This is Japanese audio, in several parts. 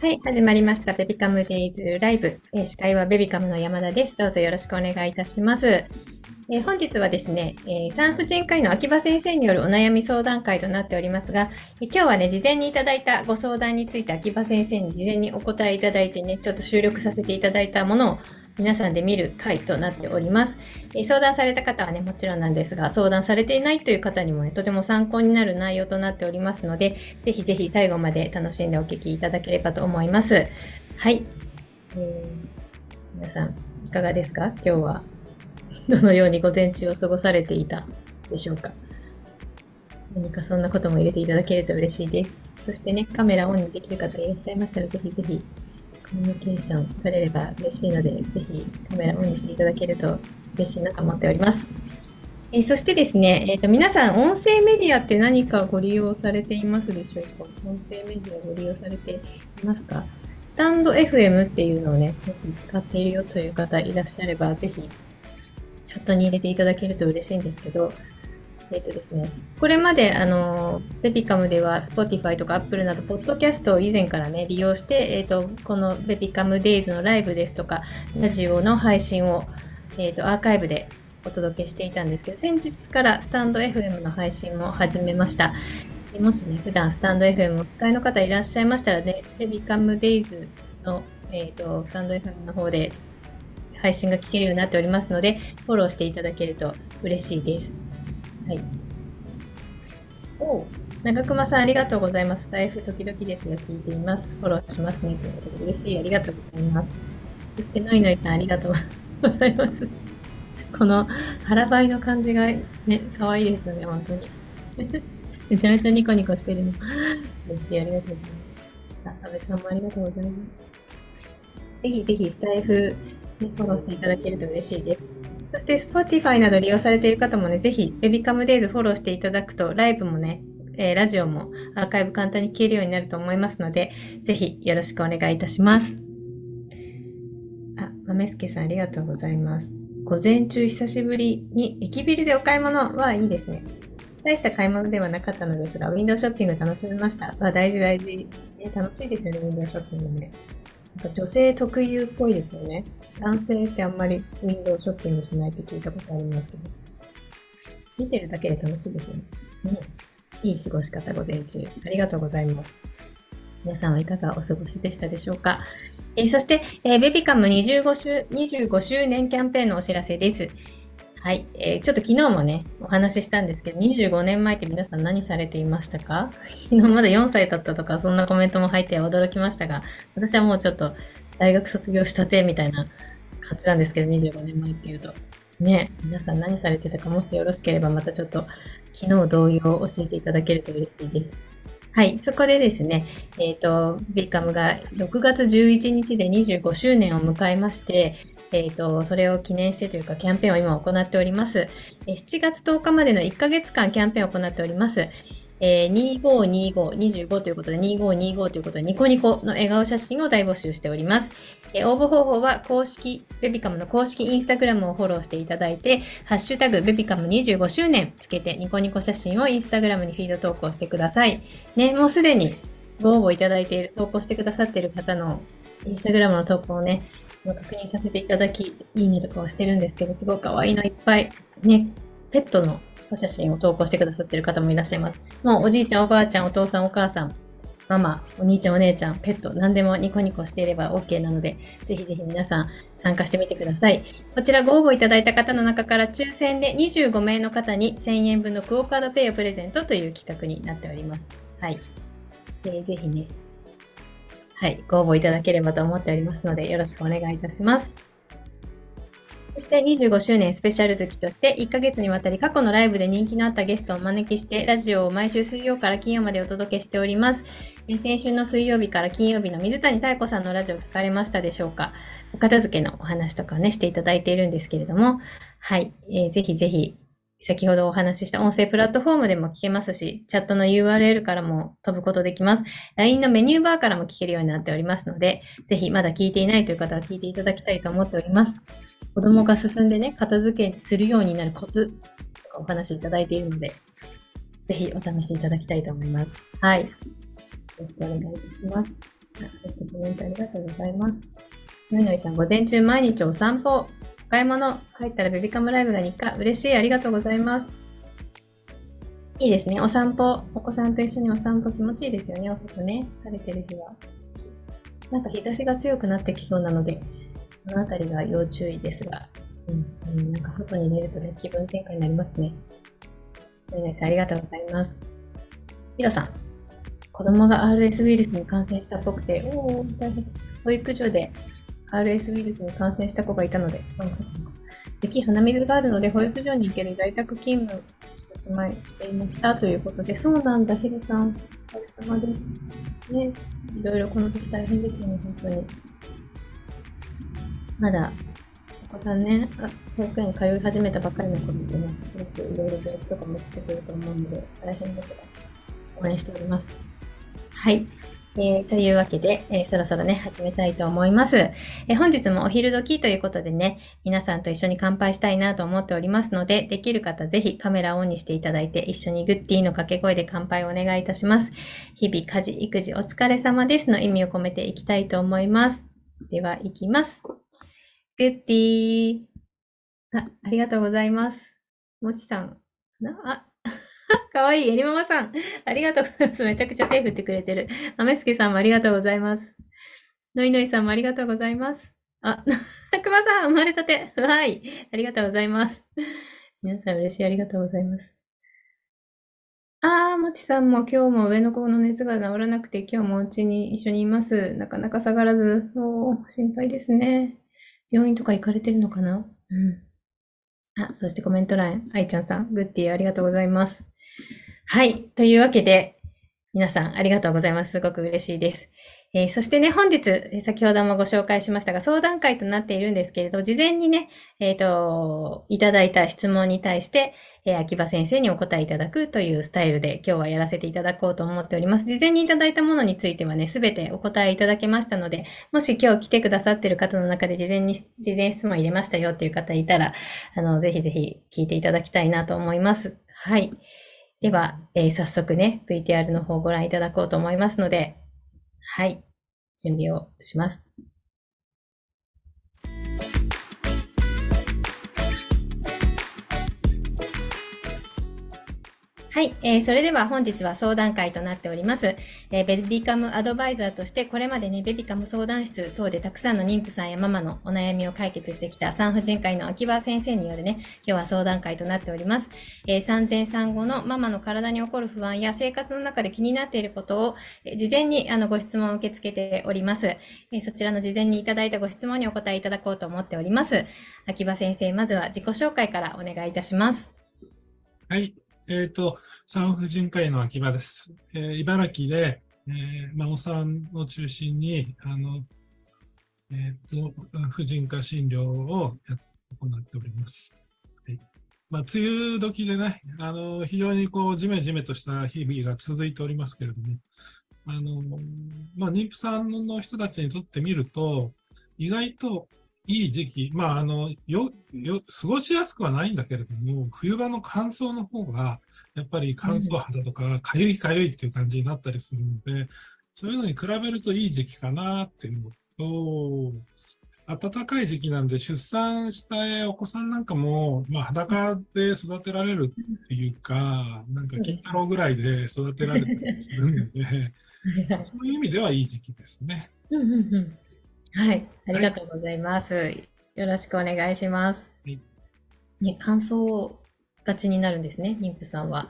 はい、始まりました。ベビカムデイズライブ。司会はベビカムの山田です。どうぞよろしくお願いいたします。本日はですね、産婦人科医の秋葉先生によるお悩み相談会となっておりますが、今日はね、事前にいただいたご相談について秋葉先生に事前にお答えいただいてね、ちょっと収録させていただいたものを皆さんで見る回となっております。相談された方はね、もちろんなんですが、相談されていないという方にもね、とても参考になる内容となっておりますので、ぜひぜひ最後まで楽しんでお聞きいただければと思います。はい。皆さん、いかがですか？今日はどのように午前中を過ごされていたでしょうか？何かそんなことも入れていただけると嬉しいです。そしてね、カメラオンにできる方いらっしゃいましたら、ぜひぜひコミュニケーション取れれば嬉しいので、ぜひカメラオンにしていただけると嬉しいなと思っております。そしてですね、皆さん、音声メディアって何かご利用されていますでしょうか？音声メディアご利用されていますか？スタンド FM っていうのをね、もし使っているよという方いらっしゃれば、ぜひチャットに入れていただけると嬉しいんですけど、ですね、これまでベビカムでは Spotify とか Apple などポッドキャストを以前からね利用して、このベビカムデイズのライブですとかラジオの配信を、アーカイブでお届けしていたんですけど、先日からスタンド FM の配信も始めました。もしね、普段スタンド FM をお使いの方いらっしゃいましたらね、ベビカムデイズの、スタンド FM の方で配信が聞けるようになっておりますので、フォローしていただけると嬉しいです。はい。長熊さんありがとうございます。財布時々ですが聞いています。フォローしますね。ということで嬉しい。ありがとうございます。そしてノイノイさんありがとうございます。この腹ばいの感じがね、可愛いですよね、本当に。めちゃめちゃニコニコしてるの。嬉しい。ありがとうございます。安部さんもありがとうございます。ぜひぜひスタイフ、ね、フォローしていただけると嬉しいです。そして Spotify など利用されている方もね、ぜひ Babicam Days フォローしていただくと、ライブもね、ラジオもアーカイブ簡単に聞けるようになると思いますので、ぜひよろしくお願いいたします。豆助さんありがとうございます。午前中久しぶりに駅ビルでお買い物はいいですね。大した買い物ではなかったのですが、ウィンドウショッピング楽しみました。大事大事。楽しいですよね、ウィンドウショッピングね。なんか女性特有っぽいですよね。男性ってあんまりウィンドウショッピングしないって聞いたことありますけど。見てるだけで楽しいですよね。いい過ごし方、午前中。ありがとうございます。皆さんはいかがお過ごしでしたでしょうか？そして、ベビカム25周年キャンペーンのお知らせです。はい、ちょっと昨日もね、お話ししたんですけど、25年前って皆さん何されていましたか？昨日まだ4歳だったとか、そんなコメントも入って驚きましたが、私はもうちょっと大学卒業したてみたいな感じなんですけど、25年前っていうと。ね、皆さん何されてたか、もしよろしければまたちょっと昨日同様教えていただけると嬉しいです。はい、そこでですね、ビカムが6月11日で25周年を迎えまして、それを記念してというかキャンペーンを今行っております。7月10日までの1ヶ月間キャンペーンを行っております。2525、25ということで、2525ということで、ニコニコの笑顔写真を大募集しております。応募方法は公式、ベビカムの公式インスタグラムをフォローしていただいて、ハッシュタグベビカム25周年つけてニコニコ写真をインスタグラムにフィード投稿してください。ね、もうすでにご応募いただいている、投稿してくださっている方のインスタグラムの投稿をね、確認させていただき、いいねとかをしてるんですけど、すごい可愛いのいっぱい、ね、ペットのお写真を投稿してくださっている方もいらっしゃいます。もうおじいちゃん、おばあちゃん、お父さん、お母さん、ママ、お兄ちゃん、お姉ちゃん、ペット、何でもニコニコしていれば OK なので、ぜひぜひ皆さん参加してみてください。こちらご応募いただいた方の中から抽選で25名の方に1000円分のクオカードペイをプレゼントという企画になっております。はい。ぜひね、はい、ご応募いただければと思っておりますので、よろしくお願いいたします。そして25周年スペシャル月として1ヶ月にわたり過去のライブで人気のあったゲストをお招きしてラジオを毎週水曜から金曜までお届けしております。先週の水曜日から金曜日の水谷妙子さんのラジオ聞かれましたでしょうか？お片付けのお話とかねしていただいているんですけれども、はい、ぜひぜひ先ほどお話しした音声プラットフォームでも聞けますし、チャットの URL からも飛ぶことできます。LINE のメニューバーからも聞けるようになっておりますので、ぜひまだ聞いていないという方は聞いていただきたいと思っております。子供が進んでね、片付けするようになるコツとかお話しいただいているので、ぜひお試しいただきたいと思います。はい。よろしくお願いいたします。 そしてコメントありがとうございます。のいのいさん、午前中毎日お散歩、お買い物、帰ったらベビカムライブが日課、嬉しい、ありがとうございます。いいですね、お散歩、お子さんと一緒にお散歩気持ちいいですよね、お外ね、晴れてる日は。なんか日差しが強くなってきそうなので、このあたりが要注意ですが、なんか外に出るとね、気分転換になりますね。のいのいさん、ありがとうございます。ひろさん、子供が RS ウイルスに感染したっぽくて、大変。保育所で RS ウイルスに感染した子がいたので、咳、鼻水があるので、保育所に行ける在宅勤務していましたということで、そうなんだ、ヒロさん。お疲れ様です。ね、いろいろこの時大変ですよね、本当に。まだ、お子さんね、保育園通い始めたばっかりの子ってね、すごくいろいろ病気とかもしてくると思うので、大変ですが、応援しております。はい。というわけで、そろそろね、始めたいと思います。本日もお昼時ということでね、皆さんと一緒に乾杯したいなと思っておりますので、できる方ぜひカメラをオンにしていただいて、一緒にグッディの掛け声で乾杯をお願いいたします。日々家事、育児お疲れ様ですの意味を込めていきたいと思います。では、いきます。グッディありがとうございます。もちさん。かわいい。えりままさん。ありがとうございます。めちゃくちゃ手振ってくれてる。あめすけさんもありがとうございます。のいのいさんもありがとうございます。くまさん、生まれたて。はい。ありがとうございます。皆さん嬉しい。ありがとうございます。もちさんも今日も上の子の熱が治らなくて、今日もお家に一緒にいます。なかなか下がらず、心配ですね。病院とか行かれてるのかな。そしてコメント欄、愛ちゃんさん、グッディありがとうございます。はい。というわけで、皆さんありがとうございます。すごく嬉しいです。そしてね、本日、先ほどもご紹介しましたが、相談会となっているんですけれど、事前にね、いただいた質問に対して、秋葉先生にお答えいただくというスタイルで今日はやらせていただこうと思っております。事前にいただいたものについてはね、すべてお答えいただけましたので、もし今日来てくださっている方の中で事前質問入れましたよっていう方いたら、ぜひぜひ聞いていただきたいなと思います。はい。では、早速ね、VTR の方をご覧いただこうと思いますので、はい、準備をします。はい、それでは本日は相談会となっております。ベビカムアドバイザーとしてこれまでね、ベビカム相談室等でたくさんの妊婦さんやママのお悩みを解決してきた産婦人科医の秋葉先生によるね、今日は相談会となっております。産前産後のママの体に起こる不安や生活の中で気になっていることを、事前にご質問を受け付けております。そちらの事前にいただいたご質問にお答えいただこうと思っております。秋葉先生、まずは自己紹介からお願いいたします。 はい。産婦人科医の秋葉です。茨城で、お産を中心に、婦人科診療を行っております。はい。梅雨時でね、非常にこう、ジメジメとした日々が続いておりますけれども、妊婦さんの人たちにとってみると、意外といい時期、過ごしやすくはないんだけれども、冬場の乾燥の方が、やっぱり乾燥肌とか、かゆいかゆいっていう感じになったりするので、そういうのに比べるといい時期かなっていうのと、暖かい時期なんで、出産したお子さんなんかも、裸で育てられるっていうか、なんか金太郎ぐらいで育てられたりするので、そういう意味ではいい時期ですね。 はい、ありはい。 がとうございます。よろしくお願いします。 はい。 ね、乾燥がちになるんですね、妊婦さんは。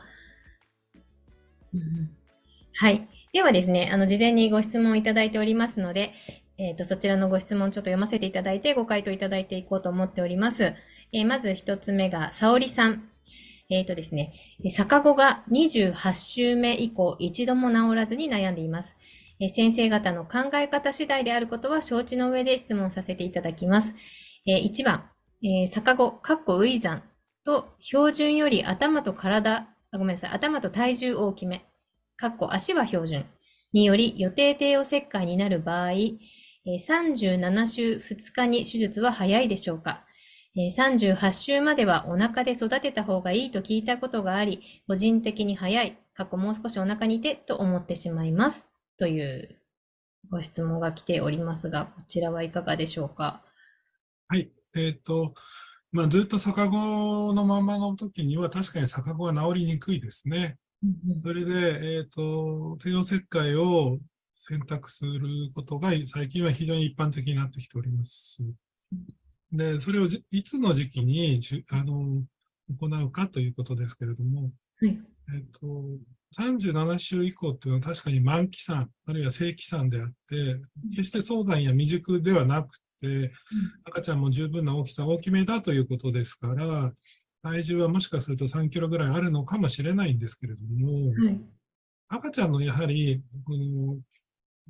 はい。ではですね、事前にご質問いただいておりますので、そちらのご質問ちょっと読ませていただいて、ご回答いただいていこうと思っております。まず一つ目が、沙織さん。ですね、逆子が28週目以降、一度も治らずに悩んでいます。先生方の考え方次第であることは承知の上で質問させていただきます。1番、逆子、ウイザンと標準より頭と体重大きめ。足は標準により予定帝王切開になる場合、37週2日に手術は早いでしょうか。38週まではお腹で育てた方がいいと聞いたことがあり、個人的に早い、もう少しお腹にいてと思ってしまいます。というご質問が来ておりますが、こちらはいかがでしょうか。 はい。ずっと逆子のままの時には確かに逆子は治りにくいですね。 うんそれで、帝王切開を選択することが最近は非常に一般的になってきております。で、それをいつの時期に行うかということですけれども、 はい。 えっと、37週以降っていうのは確かに満期産、あるいは正期産であって、決して早産や未熟ではなくて、赤ちゃんも十分な大きさ、大きめだということですから、体重はもしかすると3キロぐらいあるのかもしれないんですけれども、 はい。 赤ちゃんのやはり、うん、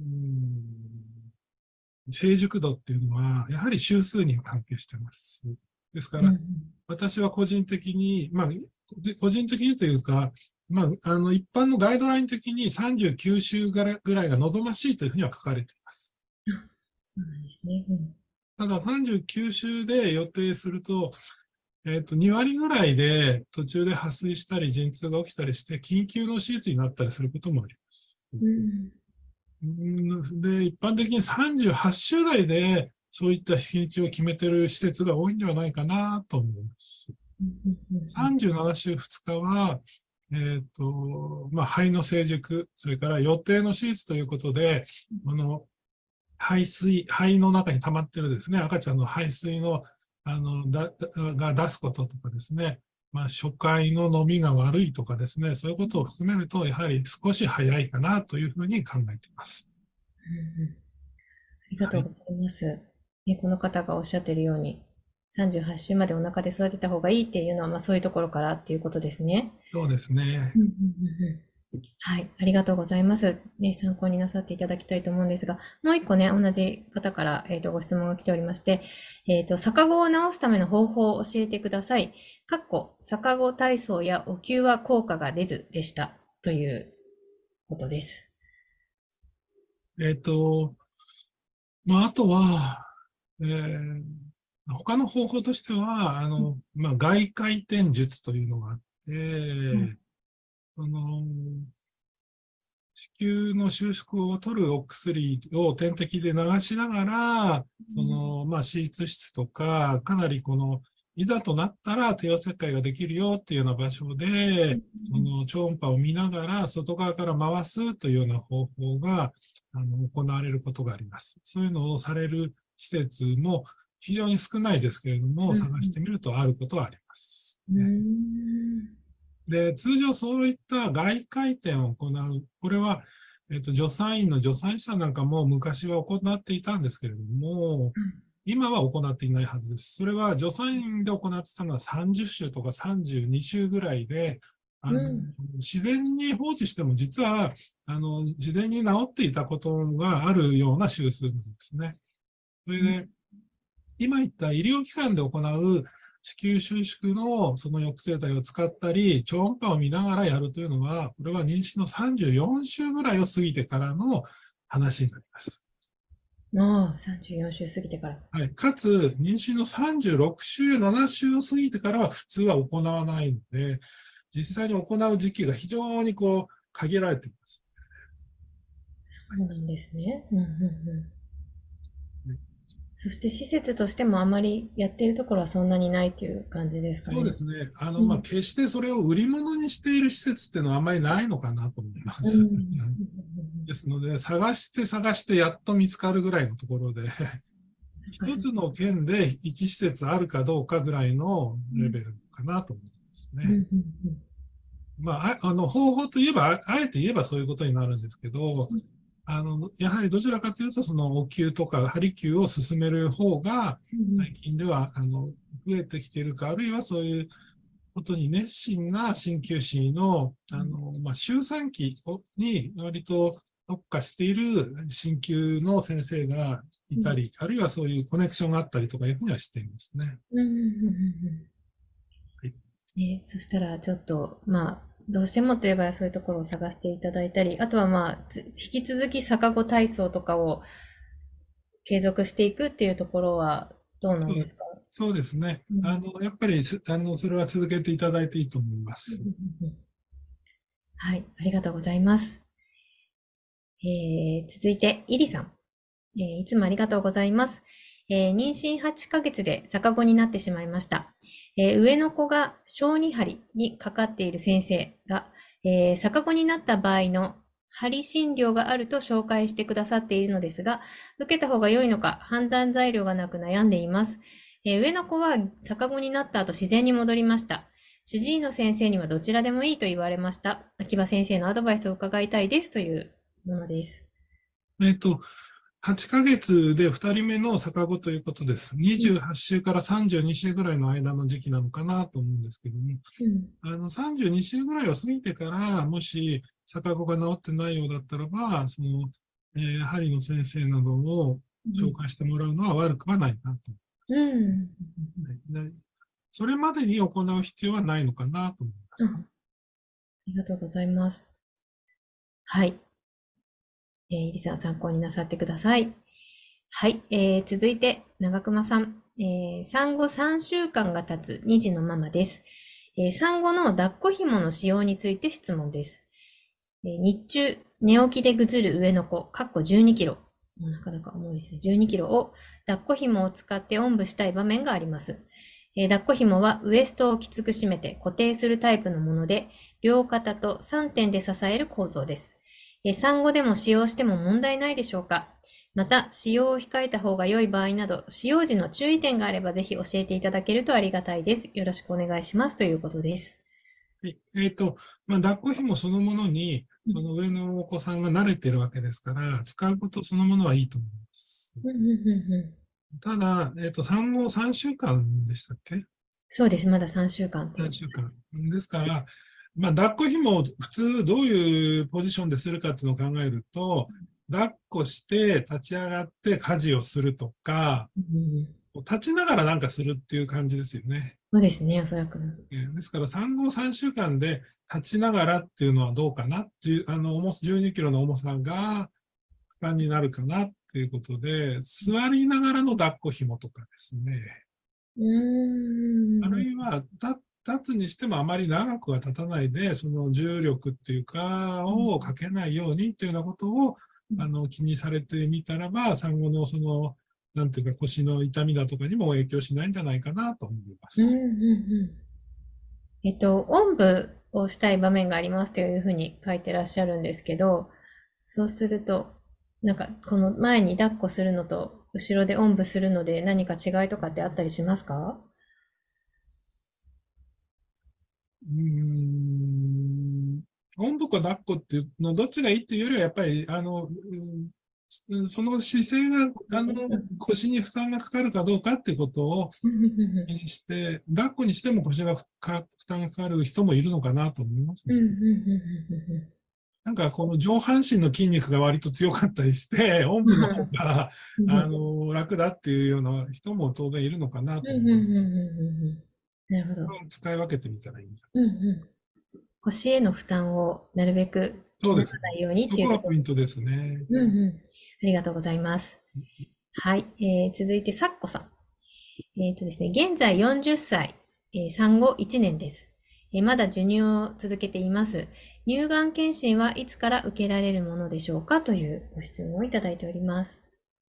成熟度っていうのは、やはり週数に関係しています。ですから、 うん私は個人的に、個人的にというか、一般のガイドライン的に39週ぐらいが望ましいというふうには書かれています。 あ、そうなんですね。 ただ39週で予定すると、2割ぐらいで途中で破水したり陣痛が起きたりして、緊急の手術になったりすることもあります。で、一般的に38週台でそういった日にちを決めている施設が多いんではないかなと思います。37週2日は、肺の成熟、それから予定の手術ということで、肺の中に溜まってるですね、赤ちゃんの排水の、が出すこととかですね、初回の飲みが悪いとかですね、そういうことを含めると、やはり少し早いかなというふうに考えています。 ありがとうございます。ね、この方がおっしゃっているように、38週までお腹で育てた方がいいっていうのは、そういうところからっていうことですね。 そうですね。 はい、ありがとうございます。ね、参考になさっていただきたいと思うんですが、もう一個ね、同じ方から、ご質問が来ておりまして、逆子を治すための方法を教えてください。逆子体操やお灸は効果が出ずでした。ということです。 えっと、あとは、えー他の方法としては、外回転術というのがあって、その子宮の収縮を取るお薬を点滴で流しながら、手術室とか、かなりいざとなったら帝王切開ができるよっていうような場所で、超音波を見ながら外側から回すというような方法が行われることがあります。そういうのをされる施設も非常に少ないですけれども、探してみるとあることはあります。で、通常そういった外回転を行う、これは、助産院の助産師さんなんかも昔は行っていたんですけれども、今は行っていないはずです。それは助産院で行ってたのは30週とか32週ぐらいで、自然に放置しても実は事前に治っていたことがあるような手術なんですね。それで、今言った医療機関で行う子宮収縮のその抑制剤を使ったり、超音波を見ながらやるというのは、これは妊娠の34週ぐらいを過ぎてからの話になります。 34週過ぎてから。 はい、かつ、妊娠の36週や7週を過ぎてからは普通は行わないので、実際に行う時期が非常に限られています。 そうなんですね。そして施設としてもあまりやってるところはそんなにないという感じですかね。 そうですね。決してそれを売り物にしている施設っていうのはあんまりないのかなと思います。ですので、探してやっと見つかるぐらいのところで、一つの県で一施設あるかどうかぐらいのレベルかなと思いますね。方法といえば、あえて言えばそういうことになるんですけど、やはりどちらかというと、そのお灸とか針灸を進める方が、最近では増えてきているか、あるいはそういうことに熱心な鍼灸師の、周産期に割と特化している鍼灸の先生がいたり、あるいはそういうコネクションがあったりとかいうふうにはしていますね。 ね、そしたらちょっと、どうしてもといえばそういうところを探していただいたり、あとは引き続き逆子体操とかを継続していくっていうところはどうなんですか？ そうですね。やっぱりそれは続けていただいていいと思います。 はい、ありがとうございます。 続いて、イリさん。いつもありがとうございます。妊娠8ヶ月で逆子になってしまいました。上の子が小児針にかかっている先生が、逆子になった場合の針診療があると紹介してくださっているのですが、受けた方が良いのか判断材料がなく悩んでいます。上の子は逆子になった後自然に戻りました。主治医の先生にはどちらでもいいと言われました。秋葉先生のアドバイスを伺いたいですというものです。 8ヶ月で2人目の逆子ということです。28週から32週ぐらいの間の時期なのかなと思うんですけども、32週ぐらいを過ぎてから、もし逆子が治ってないようだったらば、針の先生などを紹介してもらうのは悪くはないなと思います。それまでに行う必要はないのかなと思います。 ありがとうございます。はい。リさん参考になさってください。はい。続いて、長熊さん。産後3週間が経つ2児のママです。産後の抱っこ紐の使用について質問です。日中、寝起きでぐずる上の子、かっこ12キロ。なかなか重いですね。12キロを抱っこ紐を使っておんぶしたい場面があります。抱っこ紐はウエストをきつく締めて固定するタイプのもので、両肩と3点で支える構造です。産後でも使用しても問題ないでしょうか？また、使用を控えた方が良い場合など、使用時の注意点があればぜひ教えていただけるとありがたいです。よろしくお願いしますということです。 抱っこ紐そのものに、その上のお子さんが慣れてるわけですから、使うことそのものはいいと思います。ただ、産後3週間でしたっけ？ そうです。まだ3週間っていう。 3週間。ですから、抱っこ紐を普通どういうポジションでするかっていうのを考えると、抱っこして立ち上がって家事をするとか、立ちながらなんかするっていう感じですよね。 そうですね、おそらく。 ですから、産後3週間で立ちながらっていうのはどうかなっていう、12キロの重さが負担になるかなっていうことで、座りながらの抱っこ紐とかですね。あるいは、立つにしてもあまり長くは立たないで、その重力っていうか、をかけないようにというようなことを、気にされてみたらば、産後のなんていうか腰の痛みだとかにも影響しないんじゃないかなと思います。 おんぶをしたい場面がありますというふうに書いてらっしゃるんですけど、そうすると、なんか、この前に抱っこするのと、後ろでおんぶするので何か違いとかってあったりしますか？ おんぶか抱っこっていうの、どっちがいいっていうよりは、やっぱり、その姿勢が、腰に負担がかかるかどうかっていうことを気にして、抱っこにしても腰が負担がかかる人もいるのかなと思いますね。なんかこの上半身の筋肉が割と強かったりして、おんぶの方が楽だっていうような人も当然いるのかなと思います。 なるほど。 使い分けてみたらいいんじ腰への負担をなるべく持たそうですね。 ないようにっそこがていうところ。 ポイントですね。 ありがとうございます。はい。続いて、さっこさん。ですね、現在40歳、産後1年です。まだ授乳を続けています。乳がん検診はいつから受けられるものでしょうかというご質問をいただいております。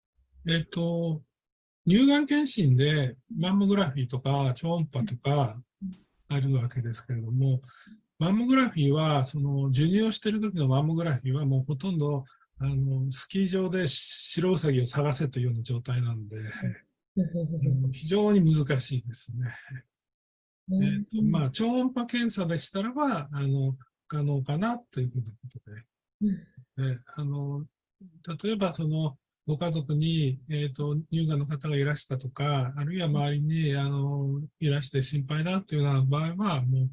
乳がん検診でマンモグラフィーとか超音波とかあるわけですけれども、マンモグラフィーは、授乳をしている時のマンモグラフィーはもうほとんど、スキー場で白ウサギを探せというような状態なので、非常に難しいですね。超音波検査でしたらば、可能かなというふうなことで、例えばご家族に、乳がんの方がいらしたとか、あるいは周りにいらして心配だというような場合は、もう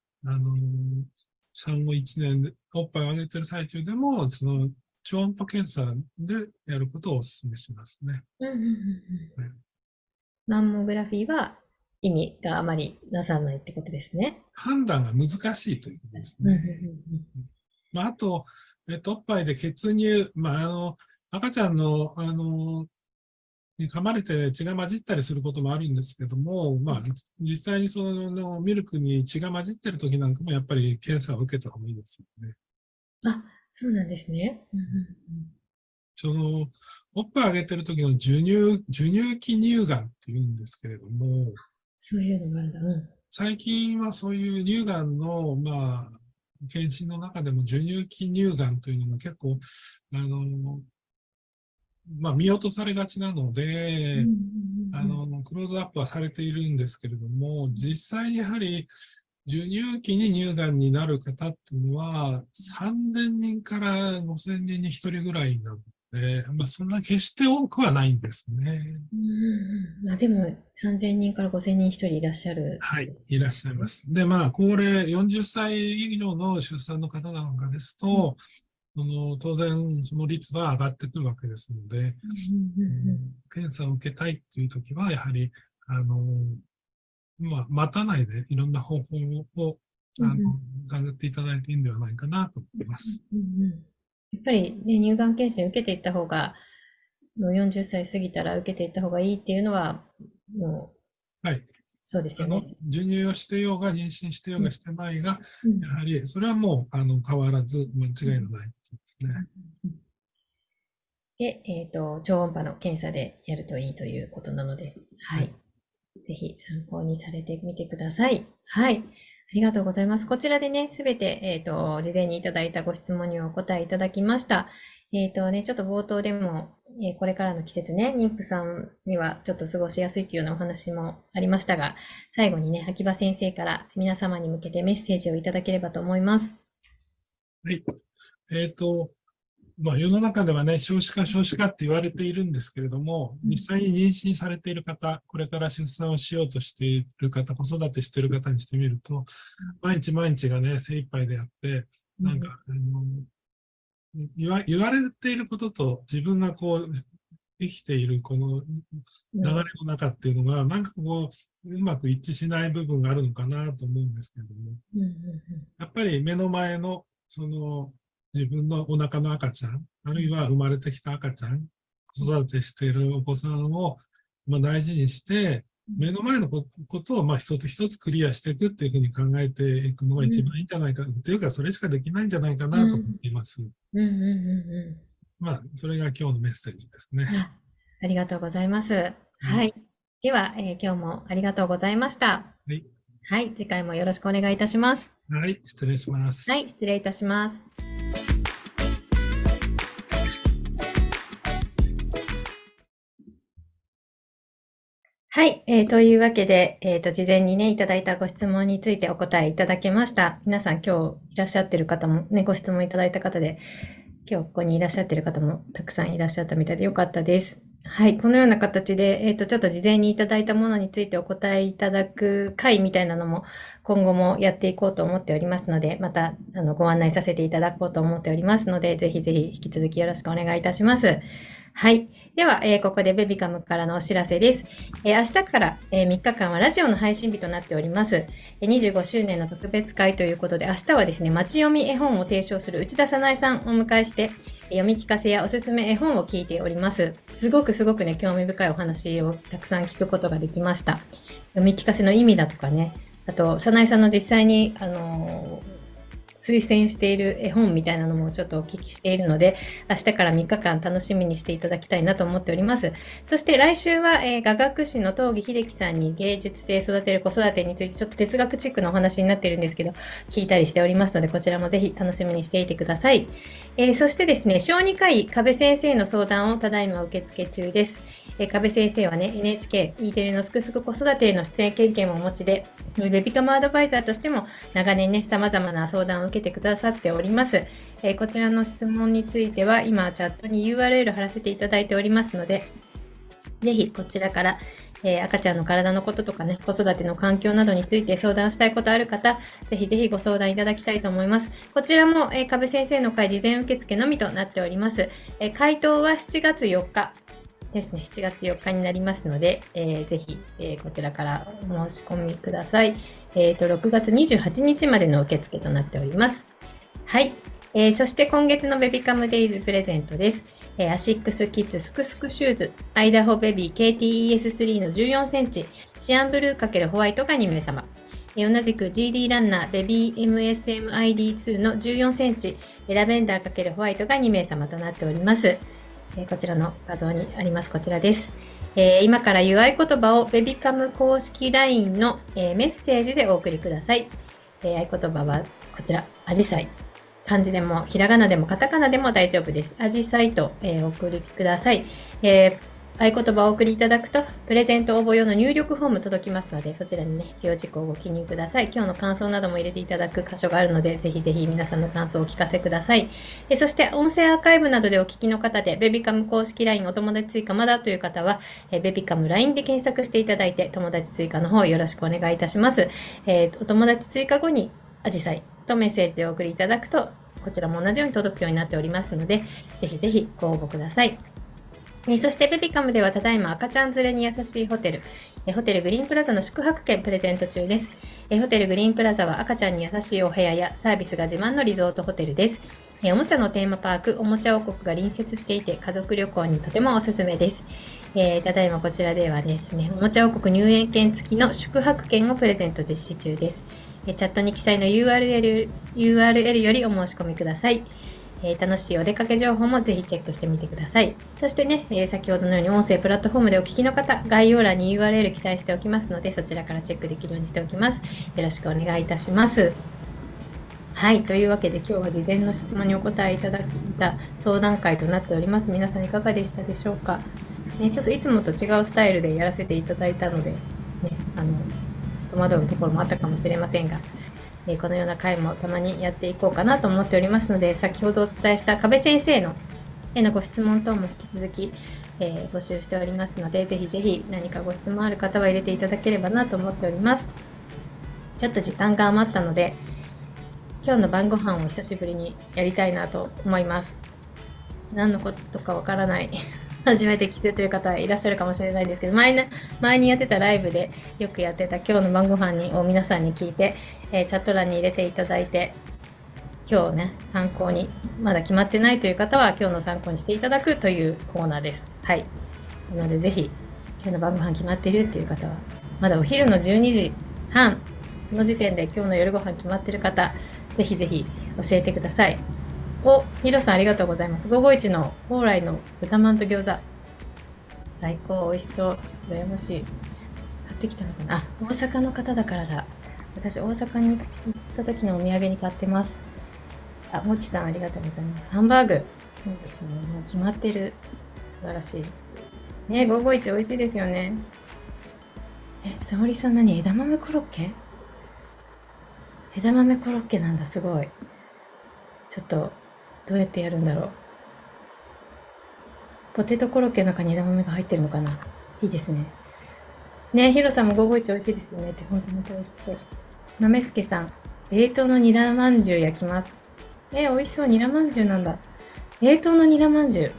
産後1年でおっぱいをあげている最中でも、超音波検査でやることをお勧めしますね。 マンモグラフィーは意味があまりなさないってことですね。 判断が難しいということですね。あと、おっぱいで血乳、赤ちゃんの、に噛まれて血が混じったりすることもあるんですけども、実際にミルクに血が混じってる時なんかもやっぱり検査を受けた方がいいですよね。 そうなんですね。 その、おっぱいあげてる時の授乳期乳がんっていうんですけれども、 そういうのがあるんだ。 最近はそういう乳がんの、検診の中でも授乳期乳がんというのが結構、あの、見落とされがちなので、クローズアップはされているんですけれども、実際にやはり授乳期に乳がんになる方っていうのは、3000人から5000人に1人ぐらいなので、そんな決して多くはないんですね。 まあでも、3000人から5000人1人いらっしゃるっはい、 てこといらっしゃいます。で、高齢40歳以上の出産の方なんかですと、当然、その率は上がってくるわけですので、検査を受けたいっていうときは、やはり、あの、待たないでいろんな方法を、考えていただいていいんではないかなと思います。 やっぱりね、乳がん検診受けていった方が、もう40歳過ぎたら受けていった方がいいっていうのは、もう、 はい。 そうですよね。 授乳をしてようが、妊娠してようがしてないが、 うんやはり、それはもう、変わらず間違いのないですね。 で、超音波の検査でやるといいということなので、はい。ぜひ参考にされてみてください。はい。ありがとうございます。こちらでね、すべて、事前にいただいたご質問にお答えいただきました。ちょっと冒頭でも、これからの季節ね、妊婦さんにはちょっと過ごしやすいというようなお話もありましたが、最後にね、秋葉先生から皆様に向けてメッセージをいただければと思います。 はい。世の中ではね、少子化って言われているんですけれども、実際に妊娠されている方、これから出産をしようとしている方、子育てしている方にしてみると、毎日毎日がね、精一杯であって、なんか、言われていることと自分がこう、生きているこの流れの中っていうのが、なんかこう、うまく一致しない部分があるのかなと思うんですけれども、やっぱり目の前の、自分のお腹の赤ちゃん、あるいは生まれてきた赤ちゃん、子育てしているお子さんを、大事にして、目の前のことを一つ一つクリアしていくっていうふうに考えていくのが一番いいんじゃないか、っていうか、それしかできないんじゃないかなと思っています。それが今日のメッセージですね。 ありがとうございます。はい。では、今日もありがとうございました。 はい。 はい。次回もよろしくお願いいたします。 はい。失礼します。 はい。失礼いたします。はい。というわけで、事前にね、いただいたご質問についてお答えいただけました。皆さん今日いらっしゃってる方もね、ご質問いただいた方で、今日ここにいらっしゃってる方もたくさんいらっしゃったみたいでよかったです。はい。このような形で、ちょっと事前にいただいたものについてお答えいただく回みたいなのも今後もやっていこうと思っておりますので、またご案内させていただこうと思っておりますので、ぜひぜひ引き続きよろしくお願いいたします。はい。では、ここでベビカムからのお知らせです。明日から、3日間はラジオの配信日となっております。25周年の特別会ということで、明日はですね、街読み絵本を提唱する内田早苗さんをお迎えして、読み聞かせやおすすめ絵本を聞いております。すごくね、興味深いお話をたくさん聞くことができました。読み聞かせの意味だとかね、あと、早苗さんの実際に、推薦している絵本みたいなのもちょっとお聞きしているので、明日から3日間楽しみにしていただきたいなと思っております。そして来週は、雅楽師の東儀秀樹さんに芸術性育てる子育てについてちょっと哲学チックなお話になっているんですけど、聞いたりしておりますので、こちらもぜひ楽しみにしていてください。そしてですね、小児科医壁先生の相談をただいま受付中です。壁先生はね、NHK、E テレのすくすく子育てへの出演経験をお持ちで、ベビカムアドバイザーとしても長年ね、様々な相談を受けてくださっております。こちらの質問については、今チャットに URL 貼らせていただいておりますので、ぜひこちらから、赤ちゃんの体のこととかね、子育ての環境などについて相談したいことある方、ぜひぜひご相談いただきたいと思います。こちらも、壁先生の会事前受付のみとなっております。回答は7月4日。ですね、7月4日になりますので、ぜひ、こちらからお申し込みください。6月28日までの受付となっております。はい。そして今月のベビカムデイズプレゼントです。アシックスキッズスクスクシューズ、アイダホベビー KTES3 の14センチ、シアンブルー×ホワイトが2名様。 同じく GD ランナーベビー MSMID2 の14センチ、ラベンダー×ホワイトが2名様となっております。こちらの画像にあります。こちらです。今から言う合言葉をベビカム公式 LINE の、メッセージでお送りください。合言葉はこちら、アジサイ。漢字でもひらがなでもカタカナでも大丈夫です。アジサイと、お送りください。合言葉をお送りいただくと、プレゼント応募用の入力フォーム届きますので、そちらにね、必要事項をご記入ください。今日の感想なども入れていただく箇所があるので、ぜひぜひ皆さんの感想をお聞かせください。そして、音声アーカイブなどでお聞きの方で、ベビカム公式 LINE お友達追加まだという方は、ベビカム LINE で検索していただいて、友達追加の方よろしくお願いいたします。お友達追加後に、アジサイとメッセージでお送りいただくと、こちらも同じように届くようになっておりますので、ぜひぜひご応募ください。そしてベビカムではただいま赤ちゃん連れに優しいホテル、ホテルグリーンプラザの宿泊券プレゼント中です。ホテルグリーンプラザは赤ちゃんに優しいお部屋やサービスが自慢のリゾートホテルです。おもちゃのテーマパーク、おもちゃ王国が隣接していて家族旅行にとてもおすすめです。ただいまこちらではですね、おもちゃ王国入園券付きの宿泊券をプレゼント実施中です。チャットに記載の URL よりお申し込みください。楽しいお出かけ情報もぜひチェックしてみてください。そしてね、先ほどのように音声プラットフォームでお聞きの方、概要欄に URL 記載しておきますので、そちらからチェックできるようにしておきます。よろしくお願いいたします。はい、というわけで今日は事前の質問にお答えいただいた相談会となっております。皆さんいかがでしたでしょうか。ちょっといつもと違うスタイルでやらせていただいたので、戸惑うところもあったかもしれませんが、このような回もたまにやっていこうかなと思っておりますので、先ほどお伝えした壁先生のへのご質問等も引き続き、募集しておりますので、ぜひぜひ何かご質問ある方は入れていただければなと思っております。ちょっと時間が余ったので、今日の晩ご飯を久しぶりにやりたいなと思います。何のことかわからない初めて聞くという方いらっしゃるかもしれないですけど、前にやってたライブでよくやってた今日の晩ご飯を皆さんに聞いて、チャット欄に入れていただいて、今日ね、参考に、まだ決まってないという方は今日の参考にしていただくというコーナーです。はい。なのでぜひ、今日の晩ご飯決まってるっていう方は、まだお昼の12時半の時点で今日の夜ご飯決まってる方、ぜひぜひ教えてください。ヒロさんありがとうございます。551の蓬莱の豚まんと餃子。最高、美味しそう。羨ましい。買ってきたのかな。大阪の方だからだ。私、大阪に行った時のお土産に買ってます。もちさんありがとうございます。ハンバーグ。そうですね。もう決まってる。素晴らしい。ね、551美味しいですよね。沙織さん何枝豆コロッケ？枝豆コロッケなんだ、すごい。ちょっと、どうやってやるんだろう。ポテトコロッケの中に枝豆が入ってるのかな。いいですね。ね、ヒロさんも551美味しいですよねって、本当に美味しそう。豆助さん、冷凍のニラまんじゅう焼きます。美味しそう、ニラまんじゅうなんだ。冷凍のニラまんじゅう。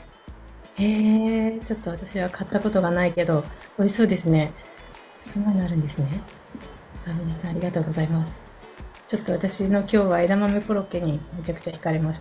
ちょっと私は買ったことがないけど、美味しそうですね。そんなのあるんですね。皆さんありがとうございます。ちょっと私の今日は枝豆コロッケにめちゃくちゃ惹かれました。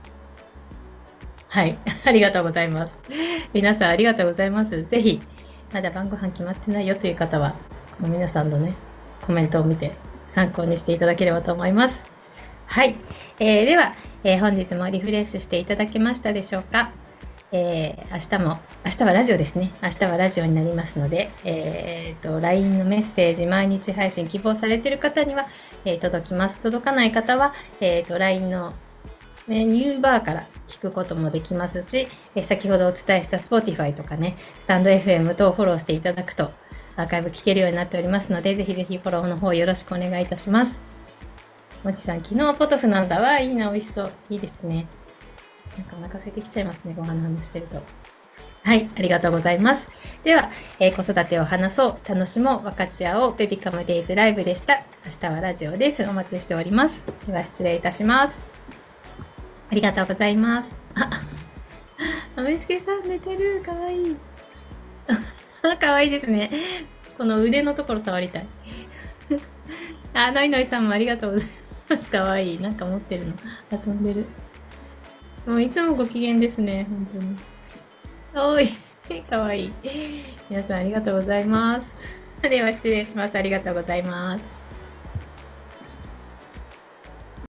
はい、ありがとうございます。皆さんありがとうございます。ぜひ、まだ晩ご飯決まってないよという方は、この皆さんのね、コメントを見て参考にしていただければと思います。はい。では、本日もリフレッシュしていただけましたでしょうか。明日はラジオですね。明日はラジオになりますので、LINE のメッセージ、毎日配信希望されている方には、届きます。届かない方は、LINE のメニューバーから聞くこともできますし、先ほどお伝えした Spotify とかね、スタンド FM 等をフォローしていただくと、アーカイブ聞けるようになっておりますので、ぜひぜひフォローの方よろしくお願いいたします。もちさん、昨日ポトフなんだわ。いいな、美味しそう。いいですね。なんかお腹空いてきちゃいますね、ご飯の話してると。はい、ありがとうございます。では、子育てを話そう、楽しもう、分かち合おう、ベビカムデイズライブでした。明日はラジオです。お待ちしております。では、失礼いたします。ありがとうございます。豆助さん寝てる。かわいい。かわいいですね。この腕のところ触りたい。のいのいさんもありがとうございます。かわいい。なんか持ってるの。遊んでる。もういつもご機嫌ですね。本当に。おい。かわいい。皆さんありがとうございます。 では失礼します。ありがとうございます。